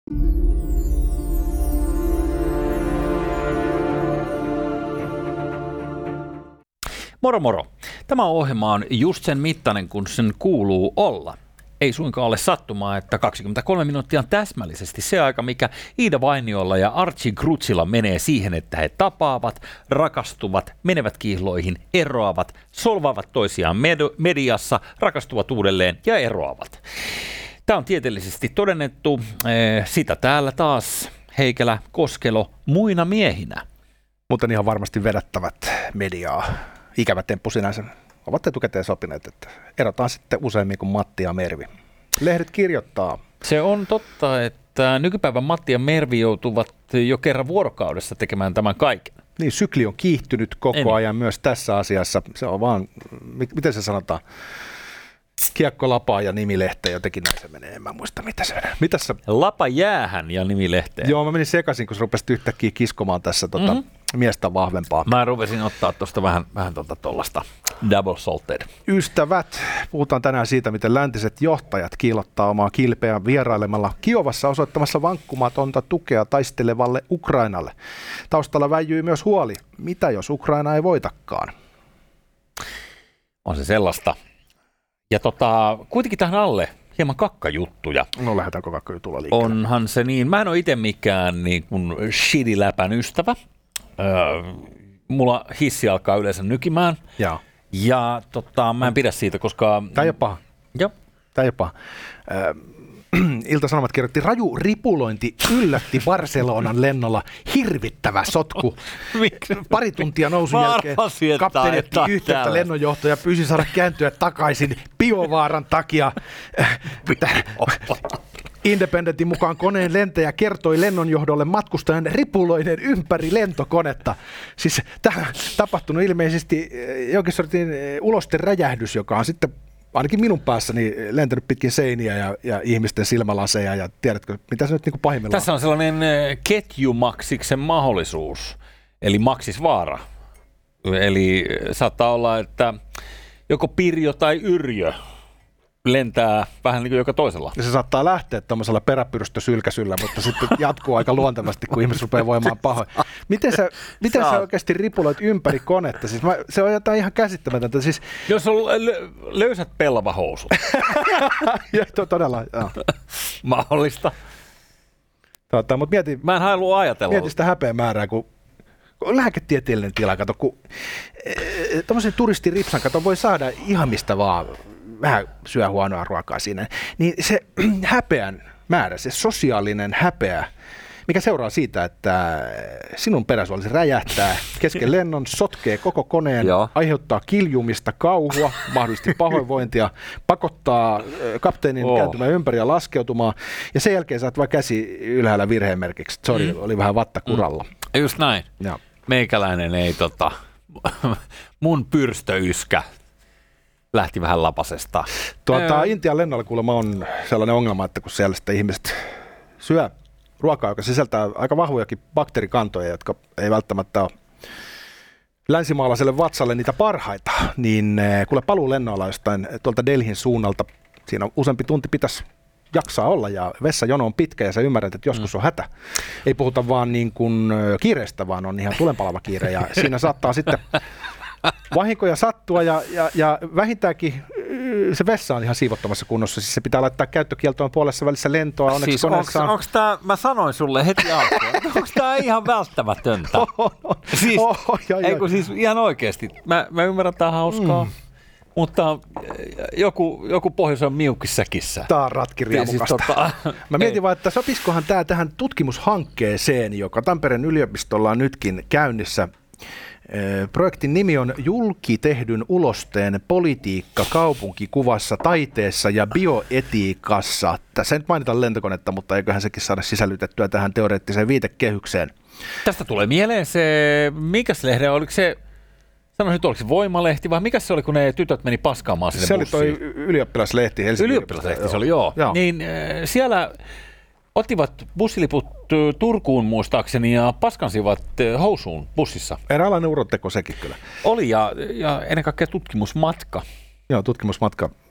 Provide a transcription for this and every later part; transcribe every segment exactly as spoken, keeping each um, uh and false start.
Moro moro. Tämä ohjelma on just sen mittainen, kun sen kuuluu olla. Ei suinkaan ole sattumaa, että kaksikymmentäkolme minuuttia on täsmällisesti se aika, mikä Iida Vainiolla ja Archie Grutsilla menee siihen, että he tapaavat, rakastuvat, menevät kihloihin, eroavat, solvaavat toisiaan med- mediassa, rakastuvat uudelleen ja eroavat. Tämä on tieteellisesti todennettu. Sitä täällä taas Heikelä, Koskelo muina miehinä. Mutta ihan varmasti vedättävät mediaa. Ikävä temppu sinänsä. Ovat etukäteen sopineet, että erotaan sitten useammin kuin Matti ja Mervi. Lehdet kirjoittaa. Se on totta, että nykypäivän Matti ja Mervi joutuvat jo kerran vuorokaudessa tekemään tämän kaiken. Niin, sykli on kiihtynyt koko Ei. ajan myös tässä asiassa. Se on vaan, miten se sanotaan, kiekko lapaa ja nimilehteen, jotenkin näin se menee. En mä muista, mitä se menee. Mitä sä... Lapa jäähän ja nimilehteen. Joo, mä menin sekaisin, kun sä rupesit yhtäkkiä kiskomaan tässä tota, mm-hmm. miestä vahvempaa. Mä rupesin ottaa tuosta vähän, vähän tuolta tollasta double salted. Ystävät, puhutaan tänään siitä, miten läntiset johtajat kiillottaa omaa kilpeään vierailemalla Kiovassa osoittamassa vankkumatonta tukea taistelevalle Ukrainalle. Taustalla väijyy myös huoli, mitä jos Ukraina ei voitakaan? On se sellaista. Ja tota, kuitenkin tähän alle hieman kakkajuttuja. No lähdetäänkö kakkajutulla liikkeelle? Onhan se niin. Mä en ole itse mikään niin kuin shitty-läpän ystävä. Öö, mulla hissi alkaa yleensä nykimään. Ja, ja tota, mä en pidä siitä, koska... Tämä ei ole paha. Joo. Tämä ei ole paha. Öö, Ilta-Sanomat kirjoitti, raju ripulointi yllätti Barcelonan lennolla, hirvittävä sotku. Pari tuntia nousun jälkeen kapteeni otti yhteyttä lennonjohtaja pyysi saada kääntyä takaisin biovaaran takia. Independentin mukaan koneen lentäjä kertoi lennonjohdolle matkustajan ripuloinen ympäri lentokonetta. Siis tämä on tapahtunut ilmeisesti jonkin sortin ulosten räjähdys, joka on sitten ainakin minun päässäni lentänyt pitkin seiniä ja, ja ihmisten silmälaseja ja tiedätkö, mitä se nyt niin kuin pahimmillaan Tässä on sellainen ketjumaksiksen mahdollisuus, eli maksisvaara. Eli saattaa olla, että joko Pirjo tai Yrjö lentää vähän niin kuin joka toisella. Ja se saattaa lähteä tuollaisella peräpyrstösylkäsyllä, mutta sitten jatkuu aika luontevasti, kun ihmiset rupeaa voimaan pahoin. Miten sä, miten sä oikeasti ripuloit ympäri konetta? Siis mä, se on jotain ihan käsittämätöntä. Siis... Jos on lö- löysät pellavahousut. Ja, to, todella, joo. Mahdollista. Tota, mutta mieti, mä en halua ajatella. Mieti sitä häpeän määrää, kun on lääketieteellinen tila, kato, kun e, tuommoisen turistiripsan, kato, voi saada ihan mistä vaan, vähän syö huonoa ruokaa siinä, niin se häpeän määrä, se sosiaalinen häpeä, mikä seuraa siitä, että sinun peräsuolisi räjähtää kesken lennon, sotkee koko koneen, Joo. aiheuttaa kiljumista, kauhua, mahdollisesti pahoinvointia, pakottaa kapteenin oh. kääntymään ympäri ja laskeutumaan, ja sen jälkeen saat vaan käsi ylhäällä virhemerkiksi. Sori, mm. oli vähän vatta kuralla. Mm. Just näin. Ja. Meikäläinen ei tota, mun pyrstöyskä lähti vähän lapasesta. Tuota, Intian lennolla kuulemma on sellainen ongelma, että kun siellä sitten ihmiset syö ruokaa, joka sisältää aika vahvojakin bakteerikantoja, jotka ei välttämättä ole länsimaalaiselle vatsalle niitä parhaita, niin kuule paluu lennoilla jostain tuolta Delhin suunnalta, siinä on useampi tunti pitäisi jaksaa olla ja vessajono on pitkä ja sä ymmärrät, että joskus on hätä. Ei puhuta vaan niin kuin kiireestä, vaan on ihan tulenpalava kiire ja siinä saattaa sitten vahinkoja sattua ja, ja, ja vähintäänkin se vessa on ihan siivottomassa kunnossa, siis se pitää laittaa käyttökieltoon puolessa välissä lentoa. Onneksi siis onks, on... onks tää, mä sanoin sulle heti alkuun, onko tämä ihan välttämätöntä? Oh, oh, siis, oh, oh, jai, ei kun siis ihan oikeasti, mä, mä ymmärrän, että tämä on hauskaa, mm. mutta joku, joku pohjois on miukkissäkissä. Tämä on ratkiriamukasta. Siis tota, mä mietin vaan, että sopisikohan tämä tähän tutkimushankkeeseen, joka Tampereen yliopistolla on nytkin käynnissä. Projektin nimi on Julki tehdyn ulosteen politiikka kaupunkikuvassa, taiteessa ja bioetiikassa. Tässä ei nyt mainita lentokonetta, mutta eiköhän sekin saada sisällytettyä tähän teoreettiseen viitekehykseen. Tästä tulee mieleen se, mikäs lehde, oliko se, sanoisin, että oliko se Voimalehti vai mikä se oli, kun ne tytöt meni paskaamaan sinne se bussiin? Se oli toi ylioppilaslehti, Helsingin ylioppilaslehti. Ylioppilaslehti se oli, joo. joo. Niin siellä ottivat bussiliput Turkuun muistaakseni ja paskansivat housuun bussissa. Eräänlainen uroteko sekin kyllä. Oli ja, ja ennen kaikkea tutkimusmatka. Joo, tutkimusmatka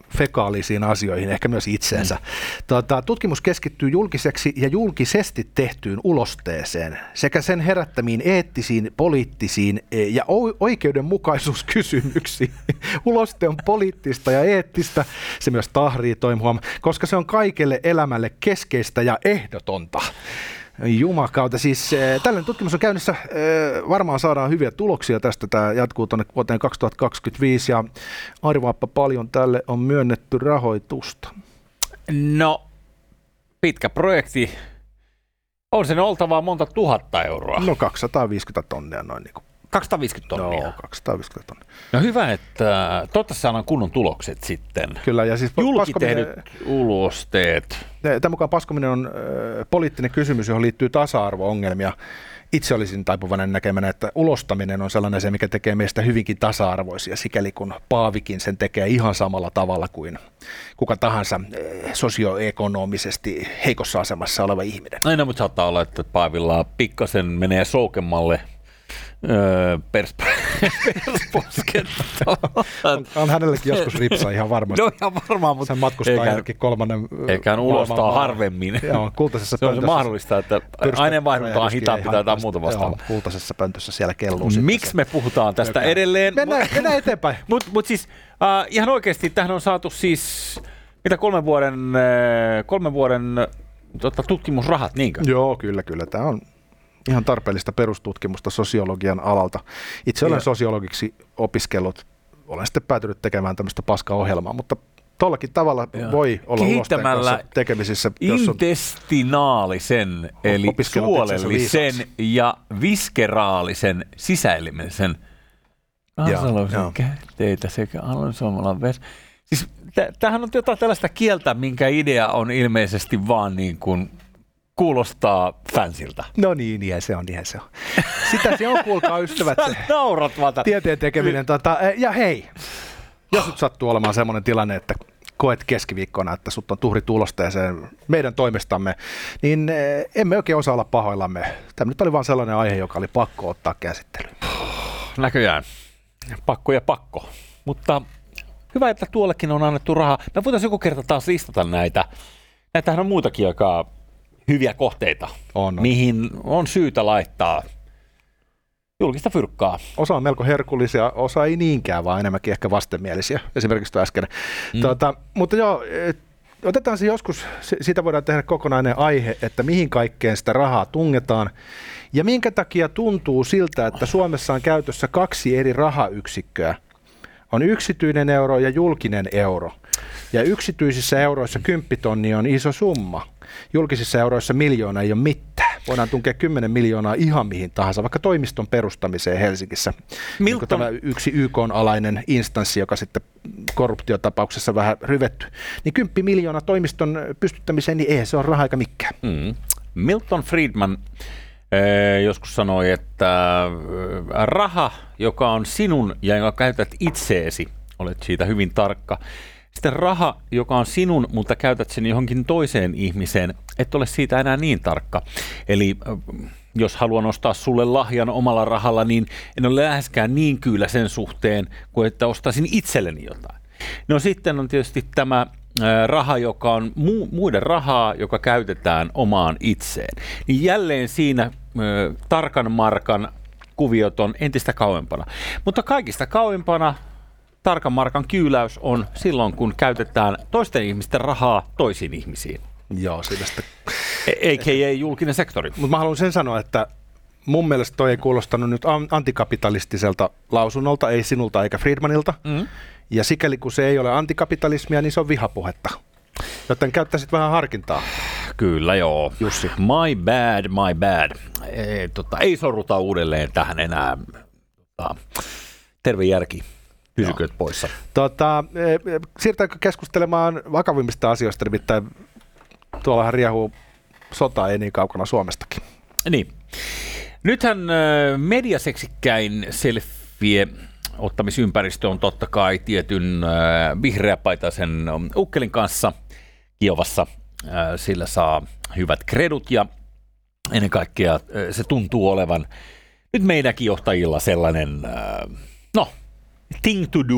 fekaalisiin asioihin, ehkä myös itseensä. Mm. Tota, tutkimus keskittyy julkiseksi ja julkisesti tehtyyn ulosteeseen sekä sen herättämiin eettisiin, poliittisiin ja oikeudenmukaisuuskysymyksiin. Uloste on poliittista ja eettistä, se myös tahrii toimuam, koska se on kaikelle elämälle keskeistä ja ehdotonta. Jumakauta. Siis äh, tällainen tutkimus on käynnissä. Äh, varmaan saadaan hyviä tuloksia tästä. Tämä jatkuu tuonne vuoteen kaksituhattakaksikymmentäviisi ja arvaappa paljon tälle on myönnetty rahoitusta. No, pitkä projekti. On sen oltava monta tuhatta euroa. No kaksisataaviisikymmentä tonnia noin niin kuin. kaksisataaviisikymmentä tonnia. No, kaksisataaviisikymmentä tonnia. No hyvä, että toivottavasti saadaan kunnon tulokset sitten. Kyllä, ja siis julkitehdyt ulosteet. Tämän mukaan paskominen on ö, poliittinen kysymys, johon liittyy tasa-arvo-ongelmia. Itse olisin taipuvainen näkemään, että ulostaminen on sellainen asia, mikä tekee meistä hyvinkin tasa-arvoisia, sikäli kun Paavikin sen tekee ihan samalla tavalla kuin kuka tahansa sosioekonomisesti heikossa asemassa oleva ihminen. Aina, mutta saattaa olla, että Paavilla pikkasen menee soukemmalle Öö, persposket. on, on hänellekin joskus ripsa ihan varmasti. No ihan varmaan, mutta sen matkustaa jonnekin kolmannen. Eikä hän ulostaa harvemmin. Joo, kultaisessa se on se mahdollista, että aineenvaihdunta on hitaampi tai jotain muuta vastaavaa. Kultaisessa pöntössä siellä kelluu. Miksi me puhutaan tästä Joka. edelleen? Mennään, mennään eteenpäin. Mutta mut siis äh, ihan oikeasti tähän on saatu siis mitä kolmen vuoden, äh, kolmen vuoden tota, tutkimusrahat, niinkö? Joo, kyllä, kyllä. Tämä on ihan tarpeellista perustutkimusta sosiologian alalta. Itse olen ja. sosiologiksi opiskellut, olen sitten päätynyt tekemään tämmöistä paskaohjelmaa, mutta tollakin tavalla ja. voi olla ulosteen kanssa tekemisissä. Intestinaalisen, eli suolellisen ja viskeraalisen sisäelimellisen kansalaisen käteitä sekä alansuomalan ves. Siis tämähän on jotain tällaista kieltä, minkä idea on ilmeisesti vaan niin kuin kuulostaa fansilta. No niin, niin se on, niin se on. Sitä se on, kuulkaa ystävät. Sä naurat vata. Tieteen tekeminen. Tota, ja hei, jos nyt sattuu olemaan semmoinen tilanne, että koet keskiviikkona, että sut on tuhrit ulosteeseen meidän toimestamme, niin emme oikein osaa olla pahoillamme. Tämä nyt oli vaan sellainen aihe, joka oli pakko ottaa käsittelyyn. Näköjään. Pakko ja pakko. Mutta hyvä, että tuollekin on annettu rahaa. Me voitaisiin joku kerta taas listata näitä. Näitähän on muutakin aikaa hyviä kohteita, on, on. mihin on syytä laittaa julkista fyrkkaa. Osa on melko herkullisia, osa ei niinkään, vaan enemmänkin ehkä vastenmielisiä, esimerkiksi tuo äsken. Mm. Tuota, mutta joo, otetaan se joskus, siitä voidaan tehdä kokonainen aihe, että mihin kaikkeen sitä rahaa tungetaan, ja minkä takia tuntuu siltä, että Suomessa on käytössä kaksi eri rahayksikköä. On yksityinen euro ja julkinen euro. Ja yksityisissä euroissa kymppitonni on iso summa. Julkisissa euroissa miljoona ei ole mitään. Voidaan tunkea kymmenen miljoonaa ihan mihin tahansa, vaikka toimiston perustamiseen Helsingissä. Milton... Tämä yksi Y K:n-alainen instanssi, joka sitten korruptiotapauksessa vähän ryvetty. Niin kymppi miljoonaa toimiston pystyttämiseen, niin ei se ole raha eikä mikään. Mm. Milton Friedman eh, joskus sanoi, että raha, joka on sinun ja jonka käytät itseesi, olet siitä hyvin tarkka. Sitten raha, joka on sinun, mutta käytät sen johonkin toiseen ihmiseen, et ole siitä enää niin tarkka. Eli jos haluan ostaa sulle lahjan omalla rahalla, niin en ole läheskään niin kyllä sen suhteen, kuin että ostaisin itselleni jotain. No sitten on tietysti tämä raha, joka on mu- muiden rahaa, joka käytetään omaan itseen. Niin jälleen siinä äh, tarkan markan kuviot on entistä kauempana. Mutta kaikista kauempana tarkan markan kyyläys on silloin, kun käytetään toisten ihmisten rahaa toisiin ihmisiin. Joo, siitä sitten. A K A julkinen sektori. Mutta mä haluan sen sanoa, että mun mielestä toi ei kuulostanut nyt antikapitalistiselta lausunnolta, ei sinulta eikä Friedmanilta. Mm. Ja sikäli kun se ei ole antikapitalismia, niin se on vihapuhetta. Joten käyttäisit vähän harkintaa. Kyllä joo. Jussi. My bad, my bad. Ei, tota, ei sorruta uudelleen tähän enää. Tota, terve järki. Pysykööt poissa. Tota, siirrytäänkö keskustelemaan vakavimmista asioista, nimittäin tuollahan riehuu sota ei niin kaukana Suomestakin. Niin. Nythän mediaseksikkäin selfie ottamisympäristö on totta kai tietyn vihreäpaitaisen ukkelin kanssa Kiovassa. Sillä saa hyvät kredut ja ennen kaikkea se tuntuu olevan nyt meidänkin johtajilla sellainen, no, thing to do.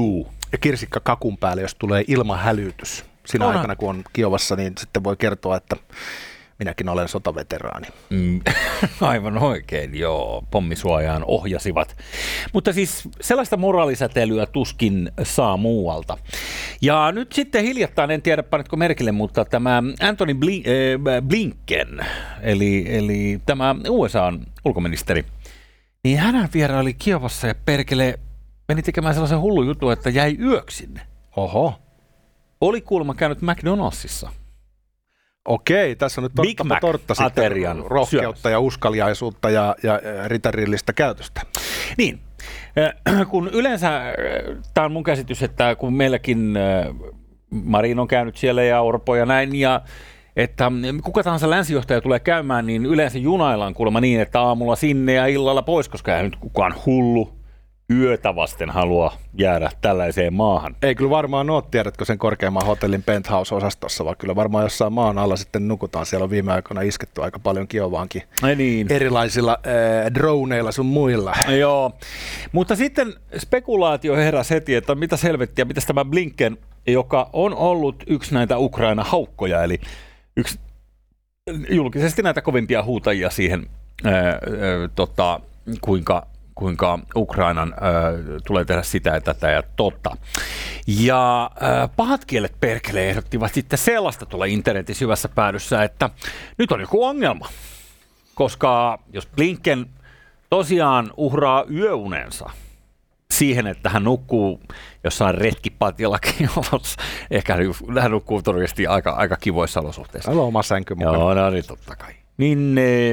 kirsikka kakun päälle, jos tulee ilmahälytys. Siinä Onhan. aikana, kun on Kiovassa, niin sitten voi kertoa, että minäkin olen sotaveteraani. Mm, aivan oikein, joo. Pommisuojaan ohjasivat. Mutta siis sellaista moraalisäteilyä tuskin saa muualta. Ja nyt sitten hiljattain, en tiedä panetko merkille, mutta tämä Antony Blinken, eli, eli tämä U S A:n ulkoministeri, niin hän vieraili Kiovassa ja perkele meni tekemään sellaisen hullun jutun, että jäi yöksi sinne. Oho. Oli kuulemma käynyt McDonaldsissa. Okei, tässä on nyt Big tortta, Mac tortta sitten aterian rohkeutta syömässä. ja uskaliaisuutta ja, ja ritarillista käytöstä. Niin, äh, kun yleensä, äh, tämä on mun käsitys, että kun meilläkin äh, Marin on käynyt siellä ja Orpo ja näin, ja että kuka tahansa länsijohtaja tulee käymään, niin yleensä junaillaan kuulemma niin, että aamulla sinne ja illalla pois, koska ei nyt kukaan hullu yötä vasten halua jäädä tällaiseen maahan. Ei kyllä varmaan ole, tiedätkö sen korkeamman hotellin penthouse-osastossa, vaan kyllä varmaan jossain maan alla sitten nukutaan. Siellä on viime aikoina isketty aika paljon Kiovaankin Ei niin. erilaisilla äh, droneilla sun muilla. Joo, mutta sitten spekulaatio heräsi heti, että mitä selvettiä, mitäs tämä Blinken, joka on ollut yksi näitä Ukraina-haukkoja, eli yksi julkisesti näitä kovimpia huutajia siihen, ää, ää, tota, kuinka, kuinka Ukrainan ää, tulee tehdä sitä ja tätä ja tota. Ja ää, pahat kielet perkele ehdottivat sitten sellaista tuolla internetin syvässä päädyssä, että nyt on joku ongelma, koska jos Blinken tosiaan uhraa yöunensa siihen, että hän nukkuu jossain retkipatjallakin olossa. Ehkä hän nukkuu todennäköisesti aika, aika kivoissa olosuhteissa. Hän on oma sänky mukana. Joo, no niin, totta kai. Niin e,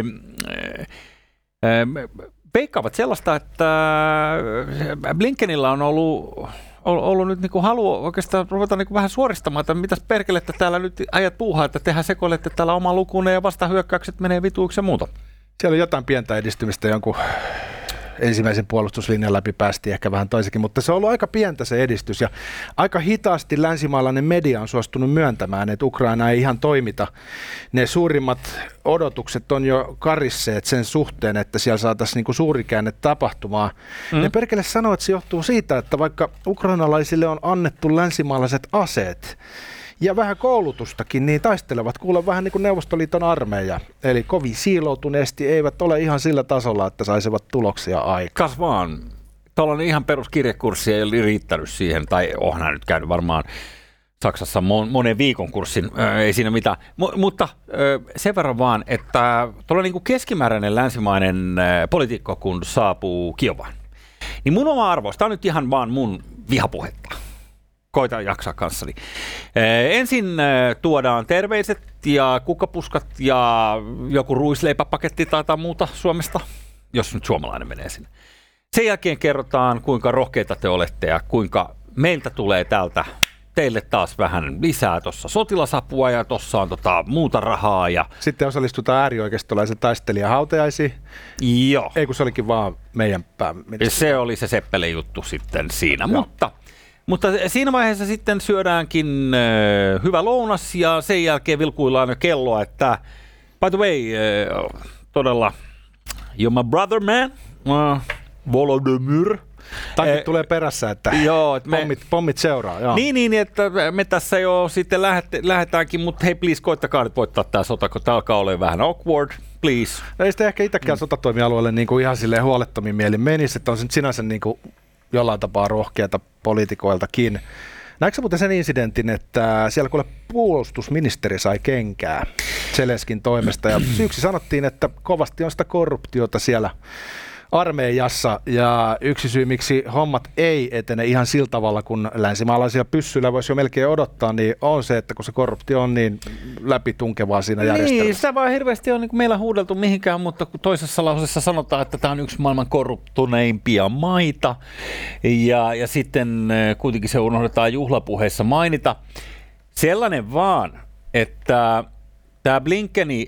e, veikkaavat sellaista, että Blinkenillä on ollut, ollut nyt niinku halu oikeastaan ruveta niinku vähän suoristamaan, että mitäs perkelettä täällä nyt ajat puuhaa, että tehän sekoilette täällä oma lukuun ja vastahyökkäykset menee vituiksi ja muuta. Siellä on jotain pientä edistymistä jonkun ensimmäisen puolustuslinjan läpi päästiin ehkä vähän toisekin, mutta se on ollut aika pientä se edistys ja aika hitaasti länsimaalainen media on suostunut myöntämään, että Ukraina ei ihan toimita. Ne suurimmat odotukset on jo karisseet sen suhteen, että siellä saataisiin niinku suuri käänne tapahtumaan. Mm. Ne perkele sanoo, että se johtuu siitä, että vaikka ukrainalaisille on annettu länsimaalaiset aseet, ja vähän koulutustakin, niin taistelevat kuule vähän niin kuin Neuvostoliiton armeija. Eli kovin siiloutuneesti eivät ole ihan sillä tasolla, että saisivat tuloksia aikaan. Kas vaan. Tuollainen ihan peruskirjekurssi ei ole riittänyt siihen, tai onhan nyt käynyt varmaan Saksassa mon, monen viikon kurssin, äh, ei siinä mitään. M- mutta äh, sen verran vaan, että tuolla niin kuin keskimääräinen länsimainen äh, poliitikko, kun saapuu Kiovaan, niin mun oma arvoista, tämä on nyt ihan vaan mun vihapuhetta. Koita jaksaa kanssani. Ee, ensin e, tuodaan terveiset ja kukkapuskat ja joku ruisleipäpaketti tai jotain muuta Suomesta, jos nyt suomalainen menee sinne. Sen jälkeen kerrotaan, kuinka rohkeita te olette ja kuinka meiltä tulee täältä teille taas vähän lisää tuossa sotilasapua ja tuossa on tota muuta rahaa. Ja sitten osallistutaan äärioikeistolaisen taistelijan hautajaisiin. Joo. Ei kun se olikin vaan meidän pääministeri. Se oli se Seppele juttu sitten siinä, Joo. mutta... Mutta siinä vaiheessa sitten syödäänkin äh, hyvä lounas ja sen jälkeen vilkuillaan jo kelloa, että by the way, äh, todella, you're my brother man, uh, Volodymyr. Tankit tulee perässä, että joo, et me, pommit, pommit seuraa. Joo. Niin, niin, että me tässä jo sitten lähet, lähdetäänkin, mutta hei please, koittakaa nyt voittaa tämä sota, kun tämä alkaa olla vähän awkward, please. No ei sitä ehkä itsekään mm. sotatoimialueelle niin kuin ihan silleen huolettomin mielin menisi, että on se nyt sinänsä niin kuin jollain tapaa rohkeata poliitikoiltakin. Näetkö muuten sen incidentin, että siellä kuule puolustusministeri sai kenkää Zelenskin toimesta ja syyksi sanottiin, että kovasti on sitä korruptiota siellä armeijassa ja yksi syy, miksi hommat ei etene ihan sillä tavalla, kun länsimaalaisia pyssyillä voisi jo melkein odottaa, niin on se, että kun se korruptio on niin läpitunkevaa siinä järjestelmässä. Niin, sitä vaan hirveästi on niin kuin meillä huudeltu mihinkään, mutta kun toisessa lauseessa sanotaan, että tämä on yksi maailman korruptuneimpia maita ja, ja sitten kuitenkin se unohdetaan juhlapuheissa mainita. Sellainen vaan, että tämä Blinkeni,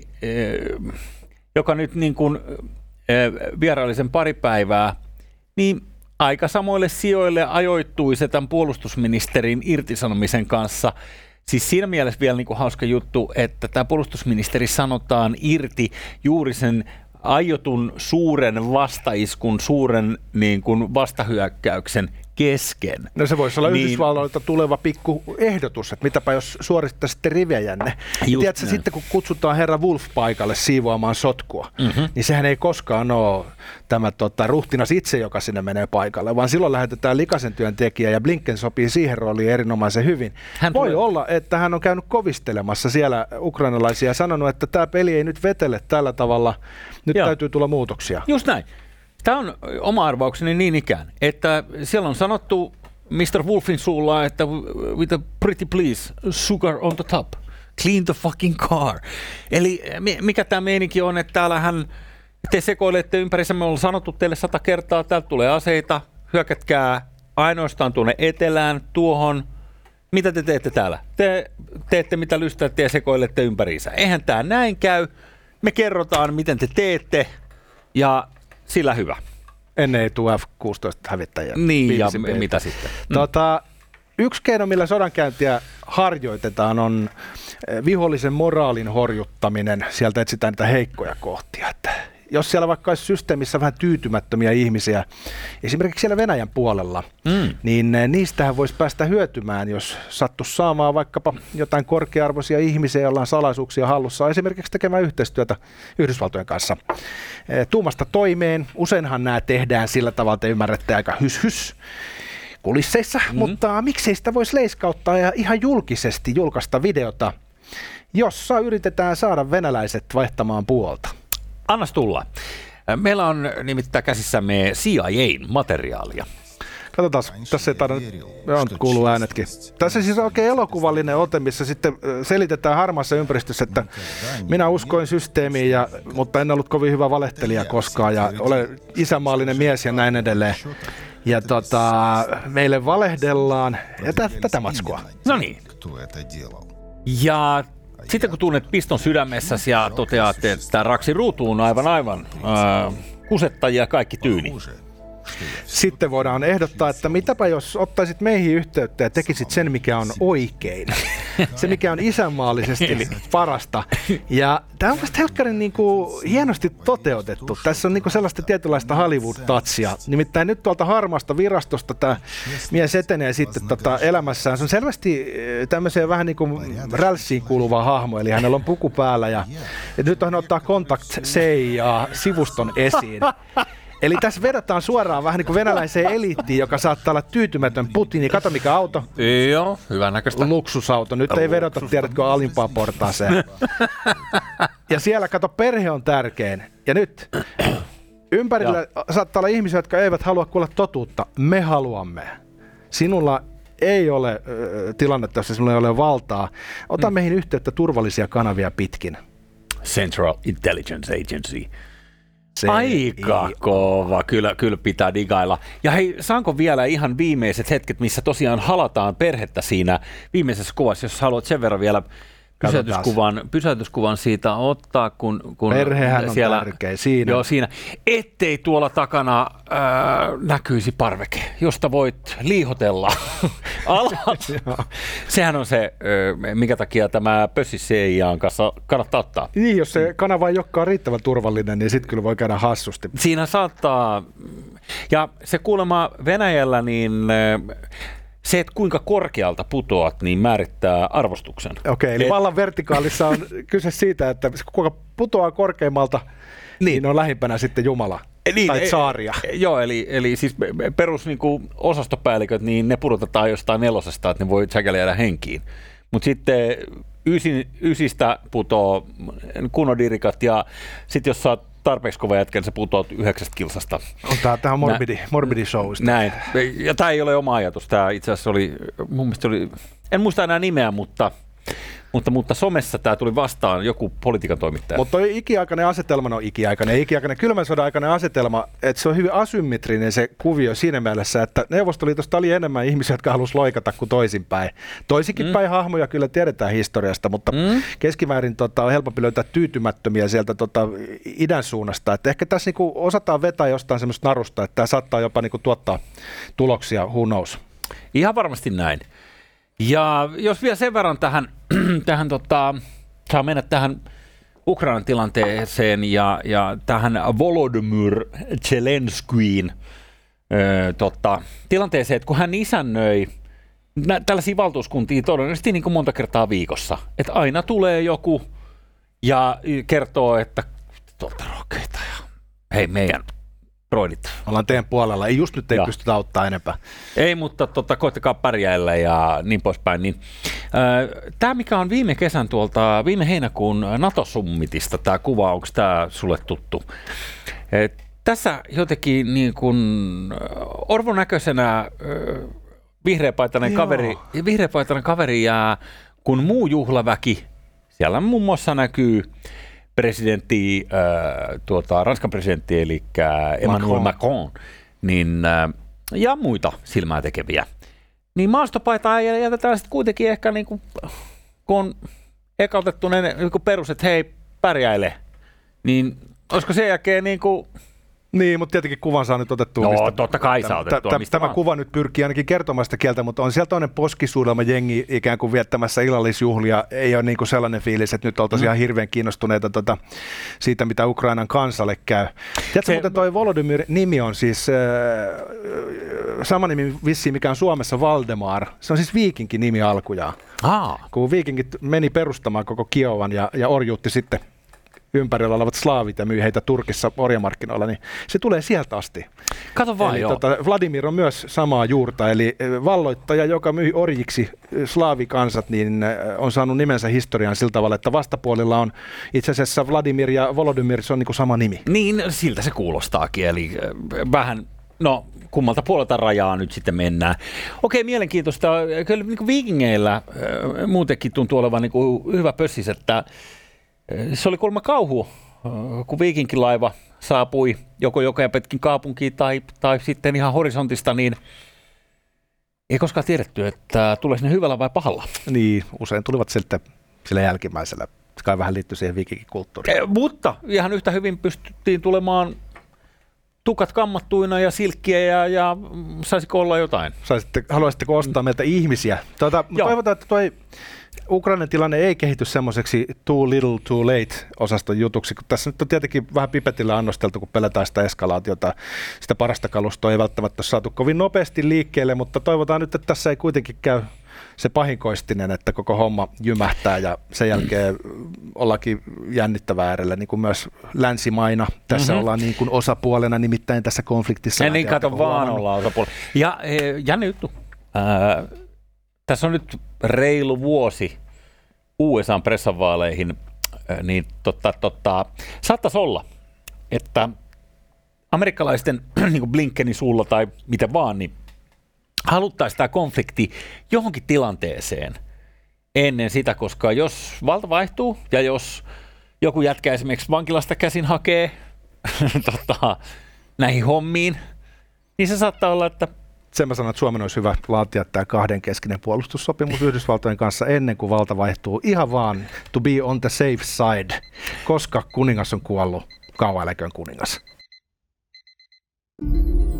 joka nyt niin kuin vieraillisen pari päivää, niin aika samoille sijoille ajoittui se tämän puolustusministerin irtisanomisen kanssa. Siis siinä mielessä vielä niin kuin hauska juttu, että tämä puolustusministeri sanotaan irti juuri sen aiotun suuren vastaiskun, suuren niin kuin vastahyökkäyksen kesken. No se voisi olla niin, Yhdysvalloilta tuleva pikku ehdotus, että mitäpä jos suorittaisitte rivejänne. Tiedätkö, sitten kun kutsutaan herra Wolf paikalle siivoamaan sotkua, mm-hmm. niin sehän ei koskaan ole tämä tota, ruhtinas itse, joka sinne menee paikalle, vaan silloin lähetetään likaisen työntekijä ja Blinken sopii siihen rooliin erinomaisen hyvin. Hän Voi tulee... olla, että hän on käynyt kovistelemassa siellä ukrainalaisia ja sanonut, että tämä peli ei nyt vetele tällä tavalla, nyt Joo. täytyy tulla muutoksia. Just näin. Tämä on oma arvaukseni niin ikään, että siellä on sanottu mister Wolfin suulla, että with a pretty please, sugar on the top, clean the fucking car. Eli mikä tämä meininki on, että täällähän te sekoilette ympärissä, me ollaan sanottu teille sata kertaa, täältä tulee aseita, hyökätkää ainoastaan tuonne etelään, tuohon. Mitä te teette täällä? Te teette mitä lystäätte ja sekoilette ympäriinsä. Eihän tämä näin käy. Me kerrotaan, miten te teette ja sillä hyvä. Ennen ei tule F kuusitoista hävittäjää. Niin, ja m- mitä sitten? Tota, yksi keino, millä sodankäyntiä harjoitetaan, on vihollisen moraalin horjuttaminen. Sieltä etsitään niitä heikkoja kohtia. Että jos siellä vaikka olisi systeemissä vähän tyytymättömiä ihmisiä, esimerkiksi siellä Venäjän puolella, mm. niin niistähän voisi päästä hyötymään, jos sattuisi saamaan vaikkapa jotain korkea-arvoisia ihmisiä, joilla on salaisuuksia hallussa, esimerkiksi tekemään yhteistyötä Yhdysvaltojen kanssa. Tuumasta toimeen, useinhan nämä tehdään sillä tavalla, että ymmärrätte aika hys-hys kulisseissa, mm. mutta miksei sitä voisi leiskauttaa ja ihan julkisesti julkaista videota, jossa yritetään saada venäläiset vaihtamaan puolta. Annas tulla. Meillä on nimittäin käsissämme C I A:n materiaalia. Katsotaan, tässä ei taida, on kuuluu äänetkin. Tässä siis on oikein elokuvallinen ote, missä sitten selitetään harmaassa ympäristössä, että minä uskoin systeemiin, ja, mutta en ollut kovin hyvä valehtelija koskaan ja olen isänmaallinen mies ja näin edelleen. Ja tota, meille valehdellaan ja t- tätä matskua. No niin. Ja sitten kun tunnet piston sydämessäsi ja toteat, että raksi ruutuun aivan aivan äh, kusettajia kaikki tyyni. Sitten voidaan ehdottaa, että mitäpä jos ottaisit meihin yhteyttä ja tekisit sen, mikä on oikein. Se, mikä on isänmaallisesti parasta. Ja tämä on vasta helkkarin niin kuin hienosti toteutettu. Tässä on niin kuin sellaista tietynlaista Hollywood-tatsia. Nimittäin nyt tuolta harmaasta virastosta tämä mies etenee sitten tota elämässään. Se on selvästi tämmöiseen vähän niin kuin rälssiin kuuluva hahmo, eli hänellä on puku päällä. Ja, ja nyt hän ottaa Contact C I A-sivuston esiin. Eli tässä vedotaan suoraan vähän niin kuin venäläiseen eliittiin, joka saattaa olla tyytymätön Putini. Kato mikä auto. Joo, hyvän näköistä. Luksusauto. Nyt ei vedota, tiedätkö, alimpaa portaaseen. Ja siellä, kato, perhe on tärkein. Ja nyt ympärillä saattaa olla ihmisiä, jotka eivät halua kuulla totuutta. Me haluamme. Sinulla ei ole äh, tilannetta, jossa sinulla ei ole valtaa. Ota mm. meihin yhteyttä turvallisia kanavia pitkin. Central Intelligence Agency. Se Aika ei kova, kyllä, kyllä pitää digailla. Ja hei, saanko vielä ihan viimeiset hetket, missä tosiaan halataan perhettä siinä viimeisessä kuvassa, jos haluat sen verran vielä pysäytyskuvan, pysäytyskuvan siitä ottaa, kun, kun perhehän on siellä, tärkeä siinä. Joo, siinä. Ettei tuolla takana ää, näkyisi parveke, josta voit liihotella alas. Sehän on se, minkä takia tämä pössi C I A:n kanssa kannattaa ottaa. Niin, jos se kanava ei olekaan riittävän turvallinen, niin sitten kyllä voi käydä hassusti. Siinä saattaa, ja se kuulemma Venäjällä, niin se, että kuinka korkealta putoat, niin määrittää arvostuksen. Okei, eli Et... vallan vertikaalissa on kyse siitä, että kuka putoaa korkeimmalta, niin, niin on lähimpänä sitten Jumala niin, tai tsaaria. E, joo, eli, eli siis perus niin kuin osastopäälliköt, niin ne pudotetaan jostain nelosesta, että ne voi tsäkällä jäädä henkiin. Mutta sitten ysin, ysistä putoo kunnon dirikat, ja sitten jos saat tarpeeksi kova jätkä, niin sä putoat yhdeksästä kilsasta. On tää, tää on morbidi, Nä, morbidi showista. Näin. Ja tää ei ole oma ajatus. Tää itse asiassa oli, mun mielestä oli, en muista enää nimeä, mutta, mutta, mutta somessa tää tuli vastaan joku politiikan toimittaja. Mutta toi ikiaikainen asetelma, no ikiaikainen, ikiaikainen kylmän sodan aikainen asetelma, että se on hyvin asymmetrinen se kuvio siinä mielessä, että Neuvostoliitosta oli enemmän ihmisiä, jotka halusi loikata kuin toisinpäin. Toisinkin mm. päin hahmoja kyllä tiedetään historiasta, mutta mm. keskimäärin tota, on helpompi löytää tyytymättömiä sieltä tota, idän suunnasta. Että ehkä tässä niinku osataan vetää jostain semmoista narusta, että tämä saattaa jopa niinku tuottaa tuloksia, who knows. Ihan varmasti näin. Ja jos vielä sen verran tähän, tähän tota, saa mennä tähän Ukrainan tilanteeseen ja, ja tähän Volodymyr Zelenskyin öö, tota, tilanteeseen, että kun hän isännöi nä, tällaisia valtuuskuntia todennäköisesti niin kuin monta kertaa viikossa, että aina tulee joku ja kertoo, että tuolta rokeita ja hei meidän droidit. Ollaan teidän puolella. Ei just nyt ei ja. pystytä auttaa enempää. Ei, mutta tota, koittakaa pärjäillä ja niin poispäin. Niin, äh, tämä, mikä on viime kesän tuolta, viime heinäkuun NATO-summitista, tämä kuva, onko tämä sulle tuttu? Et, tässä jotenkin niin kuin Orvon näköisenä äh, vihreäpaitainen kaveri, vihreäpaitainen kaveri jää, kun muu juhlaväki, siellä muun muassa näkyy presidentti, äh, tuota, Ranskan presidentti, eli Emmanuel Macron, Macron niin, äh, ja muita silmää tekeviä. Niin maastopaitaa jätetään sitten kuitenkin ehkä, niin kuin, kun on ekautettu ne niin perus, että hei, pärjäile, niin olisiko sen jälkeen niin kuin Niin, mutta tietenkin kuvan saa nyt otettua. No, mistä, totta kai saa otettua. Tämä, tämä kuva nyt pyrkii ainakin kertomaan sitä kieltä, mutta on siellä toinen poskisuudelma jengi ikään kuin viettämässä illallisjuhlia. Ei ole niin kuin sellainen fiilis, että nyt oltaisiin mm. ihan hirveän kiinnostuneita tota, siitä, mitä Ukrainan kansalle käy. Tiedätkö, Se... muuten toi Volodymyr nimi on siis äh, sama nimi vissiin, mikä on Suomessa Valdemar. Se on siis viikinkin nimi alkujaan. Aa. Kun viikinkit meni perustamaan koko Kiovan ja, ja orjuutti sitten ympärillä olevat slaavit ja myi heitä Turkissa orjamarkkinoilla, niin se tulee sieltä asti. Kato vaan, eli joo. Tota, Vladimir on myös samaa juurta, eli valloittaja, joka myi orjiksi slaavikansat, niin on saanut nimensä historiaan sillä tavalla, että vastapuolilla on itse asiassa Vladimir ja Volodymyr, se on niin kuin sama nimi. Niin, siltä se kuulostaakin, eli vähän, no kummalta puolelta rajaa nyt sitten mennään. Okei, mielenkiintoista. Kyllä niin kuin viikingeillä muutenkin tuntuu olevan niin kuin hyvä pössis, että se oli kuulemma kauhu, kun viikinkilaiva saapui joko joka pitkin kaupunkiin tai, tai sitten ihan horisontista, niin ei koskaan tiedetty, että tulee sinne hyvällä vai pahalla. Niin, usein tulivat siltä sillä jälkimmäisellä. Se kai vähän liittyy siihen viikinkikulttuuriin. Eh, mutta ihan yhtä hyvin pystyttiin tulemaan tukat kammattuina ja silkkiä ja, ja saisiko olla jotain? Saisitte, haluaisitteko ostaa meiltä ihmisiä? Tuota, toivotaan, että toi Ukrainan tilanne ei kehity semmoiseksi too little too late -osaston jutuksi, kun tässä nyt on tietenkin vähän pipetillä annosteltu, kun pelätään sitä eskalaatiota. Sitä parasta kalustoa ei välttämättä ole saatu kovin nopeasti liikkeelle, mutta toivotaan nyt, että tässä ei kuitenkin käy se pahinkoistinen, että koko homma jymähtää ja sen jälkeen ollaankin jännittävää äärellä, niin kuin myös länsimaina. Tässä mm-hmm. ollaan niin kuin osapuolena nimittäin tässä konfliktissa. Ja niin kato vaan ollaan osapuolena. Ja e, jännä juttu. Ää, tässä on nyt reilu vuosi U S A:n pressavaaleihin, niin totta, totta, saattaisi olla, että amerikkalaisten niin kuin Blinkenin suulla tai mitä vaan, niin haluttaisiin tämä konflikti johonkin tilanteeseen ennen sitä, koska jos valta vaihtuu ja jos joku jätkä esimerkiksi vankilasta käsin hakee tota, näihin hommiin, niin se saattaa olla, että sen mä sanon, että Suomen olisi hyvä laatia tämä kahdenkeskinen puolustussopimus Yhdysvaltojen kanssa ennen kuin valta vaihtuu. Ihan vaan to be on the safe side, koska kuningas on kuollut. Kauan eläköön kuningas.